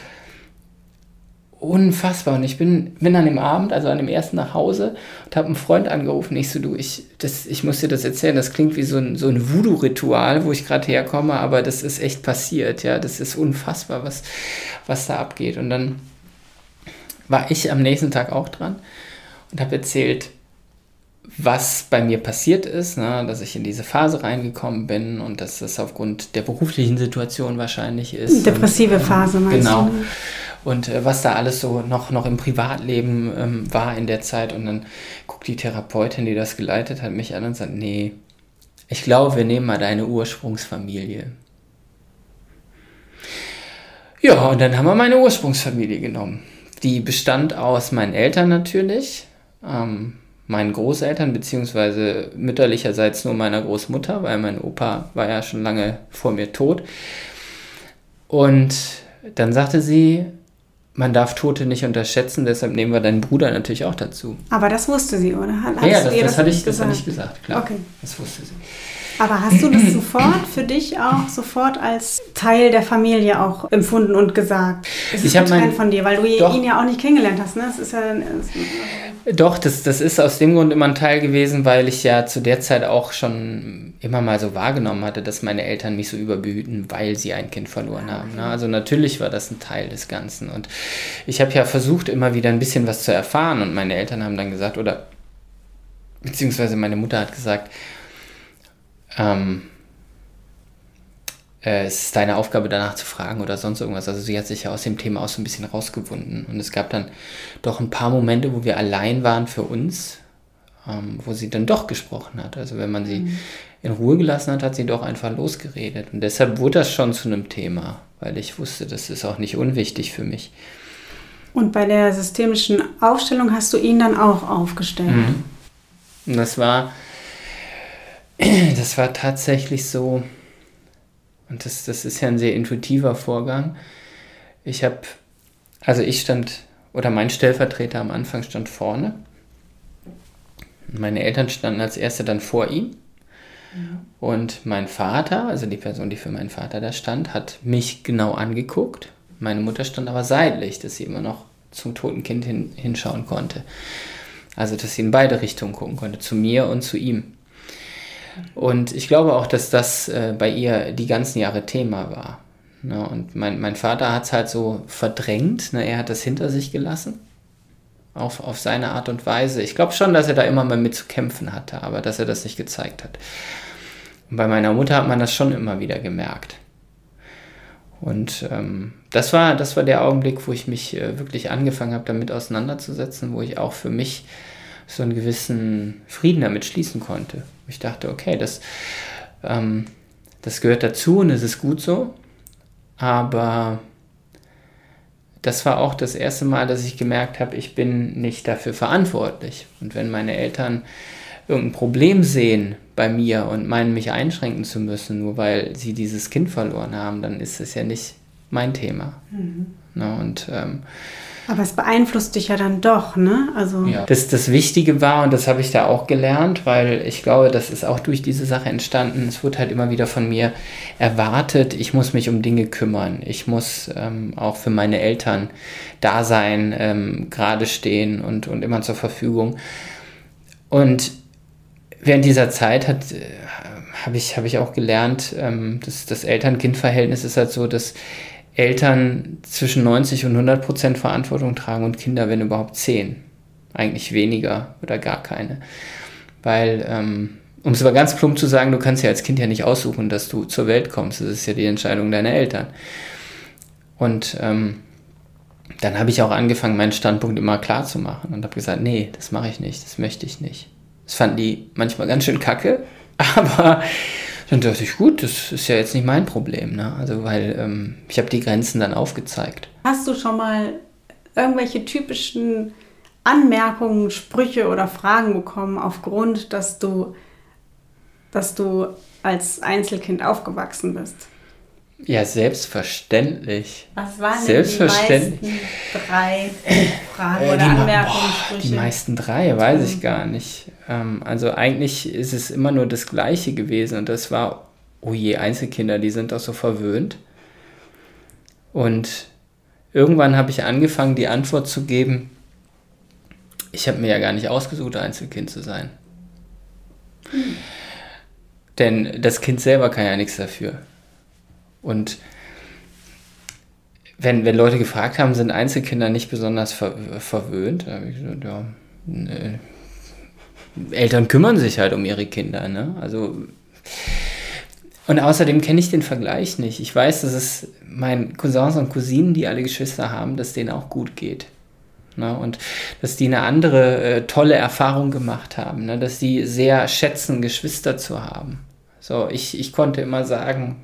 unfassbar. Und ich bin, bin an dem Abend, also an dem ersten nach Hause und habe einen Freund angerufen. Ich so, du, ich, das, ich muss dir das erzählen. Das klingt wie so ein, so ein Voodoo-Ritual, wo ich gerade herkomme, aber das ist echt passiert. Ja, das ist unfassbar, was, was da abgeht. Und dann war ich am nächsten Tag auch dran und habe erzählt, was bei mir passiert ist, ne, dass ich in diese Phase reingekommen bin und dass das aufgrund der beruflichen Situation wahrscheinlich ist. Depressive und, Phase meinst genau. du? Genau. Und äh, was da alles so noch, noch im Privatleben ähm, war in der Zeit. Und dann guckt die Therapeutin, die das geleitet hat, mich an und sagt, nee, ich glaube, wir nehmen mal deine Ursprungsfamilie. Ja, und dann haben wir meine Ursprungsfamilie genommen. Die bestand aus meinen Eltern natürlich, ähm, meinen Großeltern, beziehungsweise mütterlicherseits nur meiner Großmutter, weil mein Opa war ja schon lange vor mir tot. Und dann sagte sie, man darf Tote nicht unterschätzen, deshalb nehmen wir deinen Bruder natürlich auch dazu. Aber das wusste sie, oder? Hat, ja, das, das, das, hatte ich, das gesagt? hatte ich gesagt, klar. Okay. Das wusste sie. Aber hast du das sofort für dich auch sofort als Teil der Familie auch empfunden und gesagt? Es ist ein Teil von dir, weil du doch, ihn ja auch nicht kennengelernt hast, ne? Das ist ja... Das doch, das, das ist aus dem Grund immer ein Teil gewesen, weil ich ja zu der Zeit auch schon immer mal so wahrgenommen hatte, dass meine Eltern mich so überbehüten, weil sie ein Kind verloren haben. Okay. Ne? Also natürlich war das ein Teil des Ganzen. Und ich habe ja versucht, immer wieder ein bisschen was zu erfahren. Und meine Eltern haben dann gesagt, oder beziehungsweise meine Mutter hat gesagt, Ähm, äh, es ist deine Aufgabe, danach zu fragen oder sonst irgendwas. Also sie hat sich ja aus dem Thema auch so ein bisschen rausgewunden. Und es gab dann doch ein paar Momente, wo wir allein waren für uns. ähm, wo sie dann doch gesprochen hat. Also wenn man sie Mhm. in Ruhe gelassen hat, hat sie doch einfach losgeredet. Und deshalb wurde das schon zu einem Thema, weil ich wusste, das ist auch nicht unwichtig für mich. Und bei der systemischen Aufstellung hast du ihn dann auch aufgestellt? Mhm. Und das war, das war tatsächlich so, und das, das ist ja ein sehr intuitiver Vorgang. Ich habe, also ich stand, oder mein Stellvertreter am Anfang stand vorne. Meine Eltern standen als Erste dann vor ihm. Mhm. Und mein Vater, also die Person, die für meinen Vater da stand, hat mich genau angeguckt. Meine Mutter stand aber seitlich, dass sie immer noch zum toten Kind hin, hinschauen konnte. Also, dass sie in beide Richtungen gucken konnte, zu mir und zu ihm. Und ich glaube auch, dass das äh, bei ihr die ganzen Jahre Thema war. Ne? Und mein, mein Vater hat es halt so verdrängt. Ne? Er hat das hinter sich gelassen. Auf, auf seine Art und Weise. Ich glaube schon, dass er da immer mal mit zu kämpfen hatte, aber dass er das nicht gezeigt hat. Und bei meiner Mutter hat man das schon immer wieder gemerkt. Und ähm, das war, das war der Augenblick, wo ich mich äh, wirklich angefangen habe, damit auseinanderzusetzen, wo ich auch für mich so einen gewissen Frieden damit schließen konnte. Ich dachte, okay, das, ähm, das gehört dazu und es ist gut so, aber das war auch das erste Mal, dass ich gemerkt habe, ich bin nicht dafür verantwortlich. Und wenn meine Eltern irgendein Problem sehen bei mir und meinen, mich einschränken zu müssen, nur weil sie dieses Kind verloren haben, dann ist es ja nicht mein Thema. Mhm. Ne, und, ähm, aber es beeinflusst dich ja dann doch, ne? Also ja. das, das Wichtige war, und das habe ich da auch gelernt, weil ich glaube, das ist auch durch diese Sache entstanden, es wird halt immer wieder von mir erwartet, ich muss mich um Dinge kümmern, ich muss ähm, auch für meine Eltern da sein, ähm, gerade stehen und, und immer zur Verfügung. Und während dieser Zeit hat, äh, habe ich, hab ich auch gelernt, ähm, dass das Eltern-Kind-Verhältnis ist halt so, dass Eltern zwischen neunzig und hundert Prozent Verantwortung tragen und Kinder, wenn überhaupt zehn. Eigentlich weniger oder gar keine. Weil, ähm, um es aber ganz plump zu sagen, du kannst ja als Kind ja nicht aussuchen, dass du zur Welt kommst. Das ist ja die Entscheidung deiner Eltern. Und ähm, dann habe ich auch angefangen, meinen Standpunkt immer klar zu machen und habe gesagt, nee, das mache ich nicht, das möchte ich nicht. Das fanden die manchmal ganz schön kacke, aber dann dachte ich, gut, das ist ja jetzt nicht mein Problem, ne? Also, weil ähm, ich habe die Grenzen dann aufgezeigt. Hast du schon mal irgendwelche typischen Anmerkungen, Sprüche oder Fragen bekommen aufgrund, dass du, dass du als Einzelkind aufgewachsen bist? Ja, selbstverständlich. Was waren selbstverständlich. denn die meisten drei Fragen äh, oder die, Anmerkungen, boah, Sprüche? Die meisten drei, weiß ich gar nicht. Ähm, also eigentlich ist es immer nur das Gleiche gewesen und das war, oh je, Einzelkinder, die sind doch so verwöhnt. Und irgendwann habe ich angefangen, die Antwort zu geben, ich habe mir ja gar nicht ausgesucht, Einzelkind zu sein. Hm. Denn das Kind selber kann ja nichts dafür. Und wenn, wenn Leute gefragt haben, sind Einzelkinder nicht besonders ver- verwöhnt, da habe ich gesagt, ja, ne, Eltern kümmern sich halt um ihre Kinder, ne? Also, und außerdem kenne ich den Vergleich nicht. Ich weiß, dass es meinen Cousins und Cousinen, die alle Geschwister haben, dass denen auch gut geht. Ne? Und dass die eine andere äh, tolle Erfahrung gemacht haben, ne? Dass die sehr schätzen, Geschwister zu haben. So, ich, ich konnte immer sagen,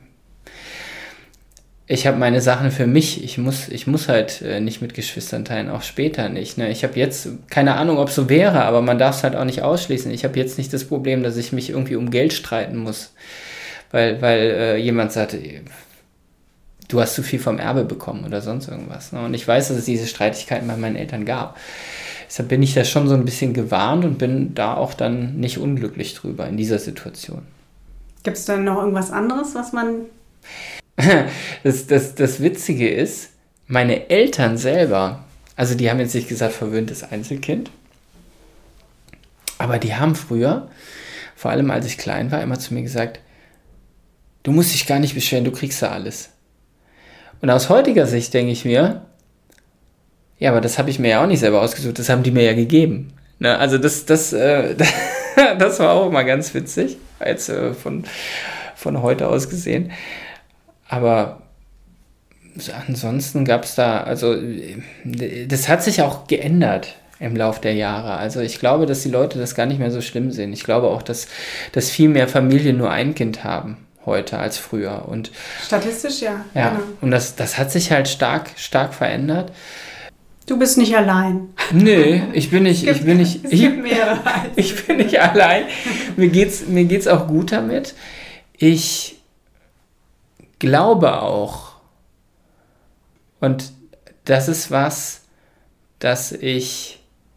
ich habe meine Sachen für mich. Ich muss, ich muss halt äh, nicht mit Geschwistern teilen, auch später nicht. Ne? Ich habe jetzt, keine Ahnung, ob es so wäre, aber man darf es halt auch nicht ausschließen. Ich habe jetzt nicht das Problem, dass ich mich irgendwie um Geld streiten muss, weil, weil äh, jemand sagt, du hast zu viel vom Erbe bekommen oder sonst irgendwas. Ne? Und ich weiß, dass es diese Streitigkeiten bei meinen Eltern gab. Deshalb bin ich da schon so ein bisschen gewarnt und bin da auch dann nicht unglücklich drüber in dieser Situation. Gibt es denn noch irgendwas anderes, was man... Das, das, das Witzige ist, meine Eltern selber, also die haben jetzt nicht gesagt, verwöhntes Einzelkind, aber die haben früher, vor allem als ich klein war, immer zu mir gesagt, du musst dich gar nicht beschweren, du kriegst ja alles. Und aus heutiger Sicht denke ich mir, ja, aber das habe ich mir ja auch nicht selber ausgesucht, das haben die mir ja gegeben. Ne? Also das, das, äh, das war auch immer ganz witzig, als äh, von, von heute aus gesehen. Aber ansonsten gab es da, also das hat sich auch geändert. im Lauf der Jahre. Also ich glaube, dass die Leute das gar nicht mehr so schlimm sehen. Ich glaube auch, dass, dass viel mehr Familien nur ein Kind haben heute als früher. Und statistisch ja. Ja, genau. Und das, das hat sich halt stark, stark verändert. Du bist nicht allein. Nee, ich bin nicht, gibt, ich bin nicht, es ich, gibt mehrere. ich bin nicht allein. Mir geht's, mir geht's auch gut damit. Ich glaube auch, und das ist was, dass ich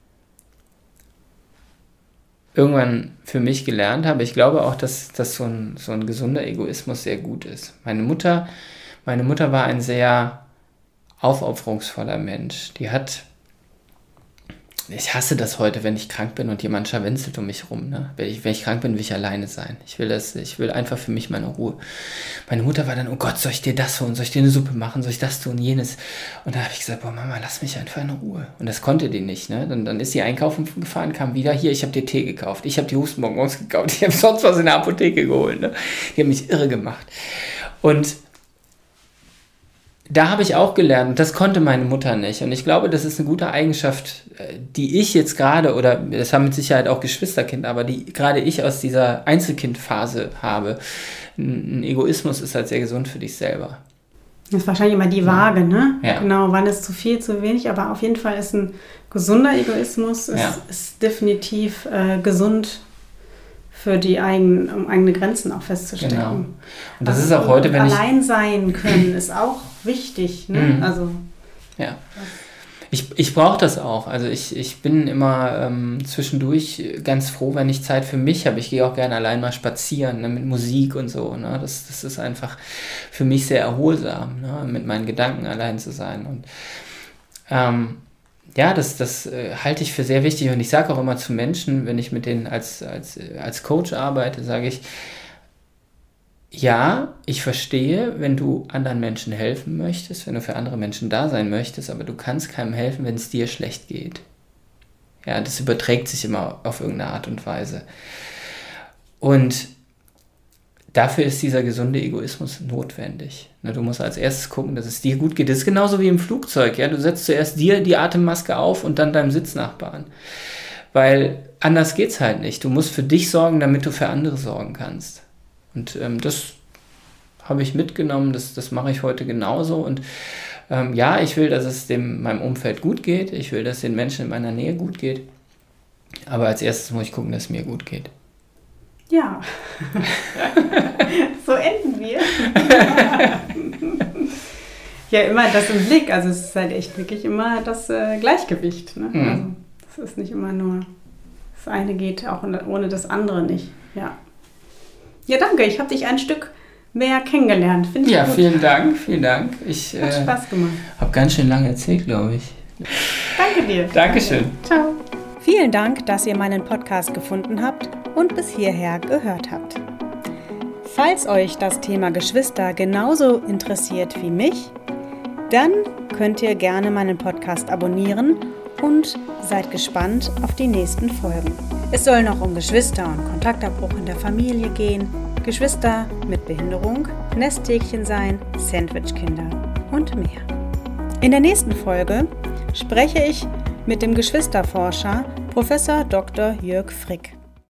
irgendwann für mich gelernt habe. Ich glaube auch, dass, dass so, ein, so ein gesunder Egoismus sehr gut ist. Meine Mutter, meine Mutter war ein sehr aufopferungsvoller Mensch. Die hat, ich hasse das heute, wenn ich krank bin und jemand scharwenzelt um mich rum. Ne? Wenn ich, wenn ich krank bin, will ich alleine sein. Ich will das, ich will einfach für mich meine Ruhe. Meine Mutter war dann, oh Gott, soll ich dir das tun? Soll ich dir eine Suppe machen? Soll ich das tun? Jenes? Und da habe ich gesagt, boah Mama, lass mich einfach in Ruhe. Und das konnte die nicht. Ne? Dann, dann ist sie einkaufen gefahren, kam wieder, hier, ich habe dir Tee gekauft. Ich habe die Hustenbonbons gekauft. Ich habe sonst was in der Apotheke geholt. Ne? Die haben mich irre gemacht. Und da habe ich auch gelernt, das konnte meine Mutter nicht. Und ich glaube, das ist eine gute Eigenschaft, die ich jetzt gerade, oder das haben mit Sicherheit auch Geschwisterkinder, aber die gerade ich aus dieser Einzelkindphase habe. Ein Egoismus ist halt sehr gesund für dich selber. Das ist wahrscheinlich immer die Waage, ne? Ja. Genau, wann ist zu viel, zu wenig, aber auf jeden Fall ist ein gesunder Egoismus, ist, Ja. ist definitiv äh, gesund für die eigenen, um eigene Grenzen auch festzustellen. Genau. Und das also, ist auch heute, wenn ich... allein sein können ist auch wichtig, ne? Mhm. Also... Ja. Ich, ich brauche das auch. Also ich, ich bin immer ähm, zwischendurch ganz froh, wenn ich Zeit für mich habe. Ich gehe auch gerne allein mal spazieren, ne, mit Musik und so. Ne? Das, das ist einfach für mich sehr erholsam, ne? Mit meinen Gedanken allein zu sein. Und ähm, ja, das, das äh, halte ich für sehr wichtig. Und ich sage auch immer zu Menschen, wenn ich mit denen als, als, als Coach arbeite, sage ich, ja, ich verstehe, wenn du anderen Menschen helfen möchtest, wenn du für andere Menschen da sein möchtest, aber du kannst keinem helfen, wenn es dir schlecht geht. Ja, das überträgt sich immer auf irgendeine Art und Weise. Und dafür ist dieser gesunde Egoismus notwendig. Du musst als erstes gucken, dass es dir gut geht. Das ist genauso wie im Flugzeug. Ja? Du setzt zuerst dir die Atemmaske auf und dann deinem Sitznachbarn. Weil anders geht's halt nicht. Du musst für dich sorgen, damit du für andere sorgen kannst. Und ähm, das habe ich mitgenommen, das, das mache ich heute genauso. Und ähm, ja, ich will, dass es dem, meinem Umfeld gut geht. Ich will, dass es den Menschen in meiner Nähe gut geht. Aber als erstes muss ich gucken, dass es mir gut geht. Ja, so enden wir. Ja, immer das im Blick. Also es ist halt echt wirklich immer das äh, Gleichgewicht. Ne? Mhm. Also das ist nicht immer nur, das eine geht auch ohne das andere nicht. Ja. Ja, danke. Ich habe dich ein Stück mehr kennengelernt. Finde ich Ja, gut. vielen Dank, vielen Dank. Ich Hat äh, Spaß gemacht. habe ganz schön lange erzählt, glaube ich. Danke dir. Dankeschön. Ciao. Vielen Dank, dass ihr meinen Podcast gefunden habt und bis hierher gehört habt. Falls euch das Thema Geschwister genauso interessiert wie mich, dann könnt ihr gerne meinen Podcast abonnieren und seid gespannt auf die nächsten Folgen. Es soll noch um Geschwister und Kontaktabbruch in der Familie gehen, Geschwister mit Behinderung, Nesthäkchen sein, Sandwichkinder und mehr. In der nächsten Folge spreche ich mit dem Geschwisterforscher Professor Doktor Jörg Frick.